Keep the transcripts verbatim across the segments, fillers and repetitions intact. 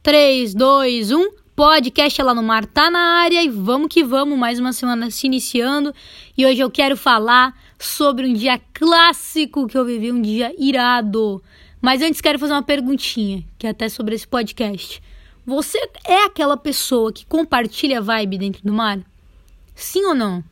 três, dois, um, podcast é lá no mar, tá na área e vamos que vamos, mais uma semana se iniciando e hoje eu quero falar sobre um dia clássico que eu vivi, um dia irado. Mas antes quero fazer uma perguntinha, que é até sobre esse podcast. Você é aquela pessoa que compartilha a vibe dentro do mar? Sim ou não?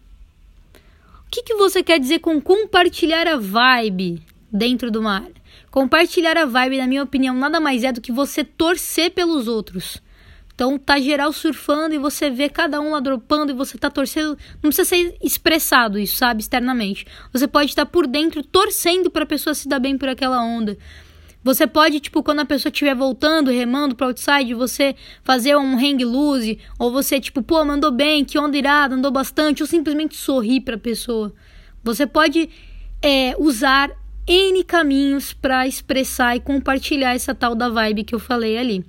O que, que você quer dizer com compartilhar a vibe dentro do mar? Compartilhar a vibe, na minha opinião, nada mais é do que você torcer pelos outros. Então, tá geral surfando e você vê cada um lá dropando e você tá torcendo. Não precisa ser expressado isso, sabe, externamente. Você pode estar por dentro torcendo pra pessoa se dar bem por aquela onda. Você pode, tipo, quando a pessoa estiver voltando, remando pro outside, você fazer um hang loose, ou você, tipo, pô, mandou bem, que onda irada, andou bastante, ou simplesmente sorrir pra pessoa. Você pode é, usar N caminhos pra expressar e compartilhar essa tal da vibe que eu falei ali.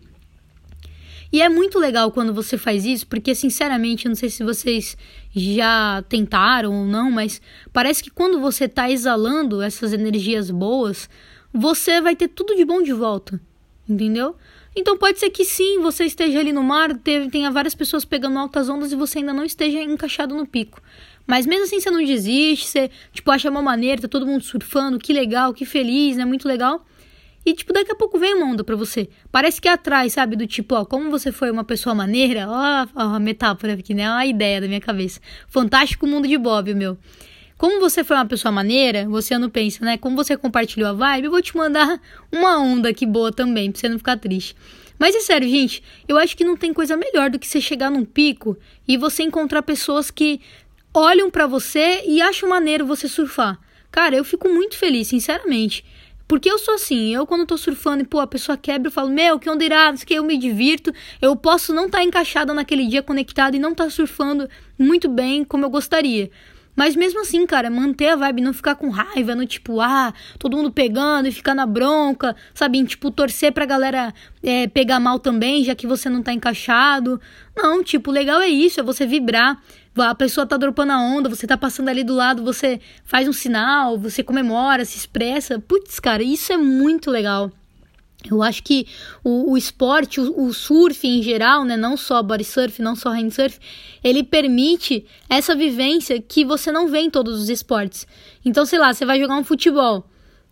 E é muito legal quando você faz isso, porque, sinceramente, eu não sei se vocês já tentaram ou não, mas parece que quando você tá exalando essas energias boas, você vai ter tudo de bom de volta, entendeu? Então pode ser que sim, você esteja ali no mar, tenha várias pessoas pegando altas ondas e você ainda não esteja encaixado no pico. Mas mesmo assim você não desiste, você tipo, acha uma maneira, tá todo mundo surfando, que legal, que feliz, né? Muito legal. E tipo, daqui a pouco vem uma onda pra você. Parece que atrai, sabe? Do tipo, ó, como você foi uma pessoa maneira, ó, ó a metáfora aqui, né? Uma ideia da minha cabeça. Fantástico mundo de Bob, meu. Como você foi uma pessoa maneira, você não pensa, né? Como você compartilhou a vibe, eu vou te mandar uma onda aqui boa também, pra você não ficar triste. Mas é sério, gente, eu acho que não tem coisa melhor do que você chegar num pico e você encontrar pessoas que olham pra você e acham maneiro você surfar. Cara, eu fico muito feliz, sinceramente. Porque eu sou assim, eu quando tô surfando e, pô, a pessoa quebra, eu falo, meu, que onda irada, isso que eu me divirto. Eu posso não estar encaixada naquele dia conectada e não estar surfando muito bem como eu gostaria. Mas mesmo assim, cara, manter a vibe, não ficar com raiva, no tipo, ah, todo mundo pegando e ficar na bronca, sabe? Tipo, torcer pra galera é, pegar mal também, já que você não tá encaixado. Não, tipo, o legal é isso, é você vibrar. A pessoa tá dropando a onda, você tá passando ali do lado, você faz um sinal, você comemora, se expressa. Putz, cara, isso é muito legal. Eu acho que o, o esporte, o, o surf em geral, né, não só body surf, não só handsurf, ele permite essa vivência que você não vê em todos os esportes. Então, sei lá, você vai jogar um futebol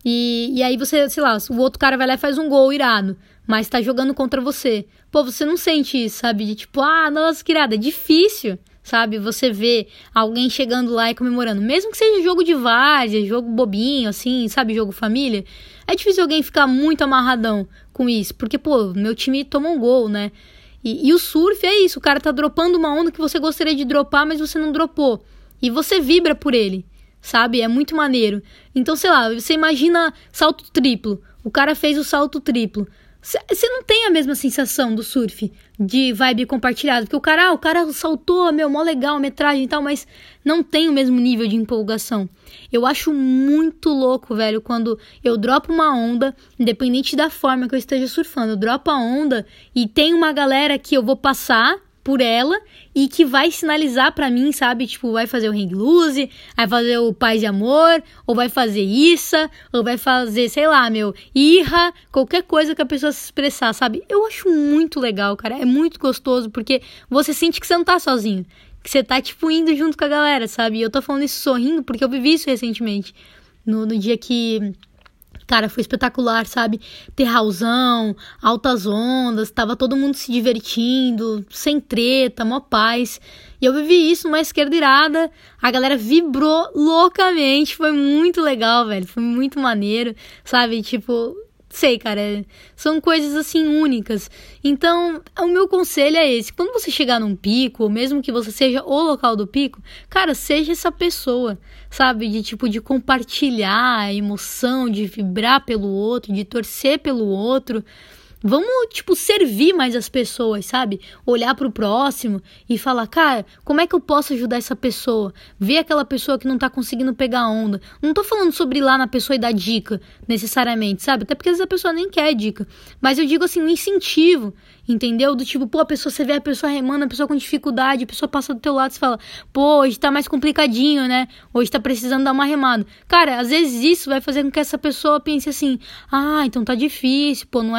e, e aí você, sei lá, o outro cara vai lá e faz um gol irado, mas tá jogando contra você. Pô, você não sente isso, sabe? De tipo, ah, nossa, que irado, é difícil, sabe? Você vê alguém chegando lá e comemorando, mesmo que seja jogo de várzea, jogo bobinho, assim, sabe? Jogo família. É difícil alguém ficar muito amarradão com isso, porque, pô, meu time tomou um gol, né? E, e o surf é isso, o cara tá dropando uma onda que você gostaria de dropar, mas você não dropou. E você vibra por ele, sabe? É muito maneiro. Então, sei lá, você imagina salto triplo. O cara fez o salto triplo. Você não tem a mesma sensação do surf, de vibe compartilhada, porque o cara, ah, o cara saltou, meu, mó legal, metragem e tal, mas não tem o mesmo nível de empolgação. Eu acho muito louco, velho, quando eu dropo uma onda, independente da forma que eu esteja surfando, eu dropo a onda e tem uma galera que eu vou passar por ela e que vai sinalizar pra mim, sabe? Tipo, vai fazer o hang loose, vai fazer o paz e amor, ou vai fazer isso, ou vai fazer, sei lá, meu, irra, qualquer coisa que a pessoa se expressar, sabe? Eu acho muito legal, cara, é muito gostoso, porque você sente que você não tá sozinho, que você tá, tipo, indo junto com a galera, sabe? E eu tô falando isso sorrindo porque eu vivi isso recentemente, no, no dia que... Cara, foi espetacular, sabe? Terralzão, altas ondas, tava todo mundo se divertindo, sem treta, mó paz. E eu vivi isso numa esquerda irada, a galera vibrou loucamente, foi muito legal, velho, foi muito maneiro, sabe? Tipo, sei, cara, são coisas assim únicas. Então, o meu conselho é esse, quando você chegar num pico, ou mesmo que você seja o local do pico, cara, seja essa pessoa, sabe, de tipo, de compartilhar a emoção, de vibrar pelo outro, de torcer pelo outro. Vamos, tipo, servir mais as pessoas, sabe? Olhar pro próximo e falar, cara, como é que eu posso ajudar essa pessoa? Ver aquela pessoa que não tá conseguindo pegar a onda. Não tô falando sobre ir lá na pessoa e dar dica, necessariamente, sabe? Até porque às vezes a pessoa nem quer dica. Mas eu digo assim, um incentivo, entendeu? Do tipo, pô, a pessoa, você vê a pessoa remando, a pessoa com dificuldade, a pessoa passa do teu lado e fala, pô, hoje tá mais complicadinho, né? Hoje tá precisando dar uma remada. Cara, às vezes isso vai fazer com que essa pessoa pense assim, ah, então tá difícil, pô, não é só comigo.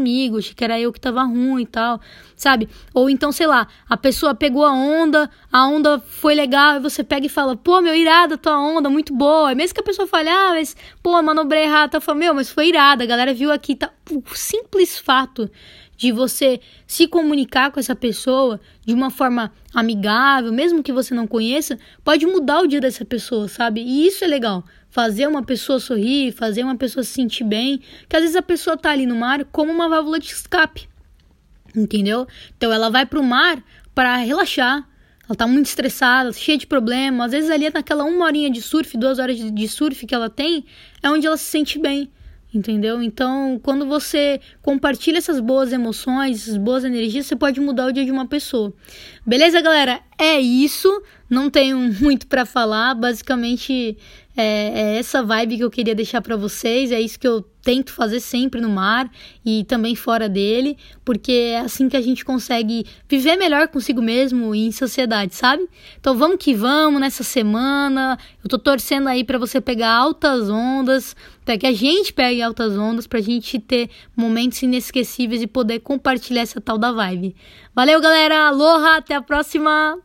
comigo, achei que era eu que tava ruim e tal, sabe? Ou então, sei lá, a pessoa pegou a onda, a onda foi legal, e você pega e fala, pô, meu, irada a tua onda, muito boa. E mesmo que a pessoa fale, ah, mas, pô, manobrei errado, tá falando, meu, mas foi irada, a galera viu aqui, tá? O simples fato de você se comunicar com essa pessoa de uma forma amigável, mesmo que você não conheça, pode mudar o dia dessa pessoa, sabe? E isso é legal. Fazer uma pessoa sorrir, fazer uma pessoa se sentir bem, que às vezes a pessoa tá ali no mar como uma válvula de escape, entendeu? Então ela vai pro mar para relaxar, ela tá muito estressada, cheia de problemas, às vezes ali naquela uma horinha de surf, duas horas de surf que ela tem, é onde ela se sente bem. Entendeu? Então, quando você compartilha essas boas emoções, essas boas energias, você pode mudar o dia de uma pessoa. Beleza, galera? É isso. Não tenho muito pra falar. Basicamente, é, é essa vibe que eu queria deixar pra vocês. É isso que eu tento fazer sempre no mar e também fora dele, porque é assim que a gente consegue viver melhor consigo mesmo e em sociedade, sabe? Então vamos que vamos nessa semana. Eu tô torcendo aí pra você pegar altas ondas, para que a gente pegue altas ondas, pra gente ter momentos inesquecíveis e poder compartilhar essa tal da vibe. Valeu, galera! Aloha! Até a próxima!